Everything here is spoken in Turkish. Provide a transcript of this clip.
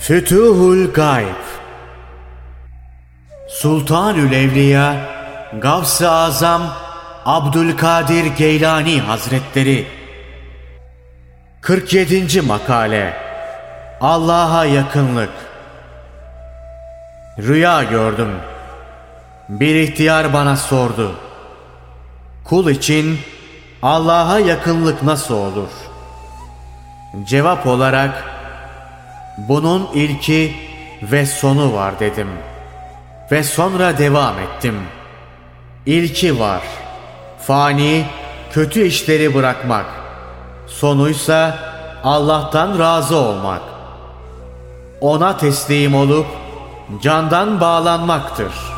Fütuhul Gayb. Sultanül Evliya Gavs-ı Azam Abdülkadir Geylani Hazretleri. 47. Makale. Allah'a yakınlık. Rüya gördüm. Bir ihtiyar bana sordu: kul için Allah'a yakınlık nasıl olur? Cevap olarak, bunun ilki ve sonu var dedim. Ve sonra devam ettim. İlki var: fani, kötü işleri bırakmak. Sonuysa Allah'tan razı olmak. Ona teslim olup candan bağlanmaktır.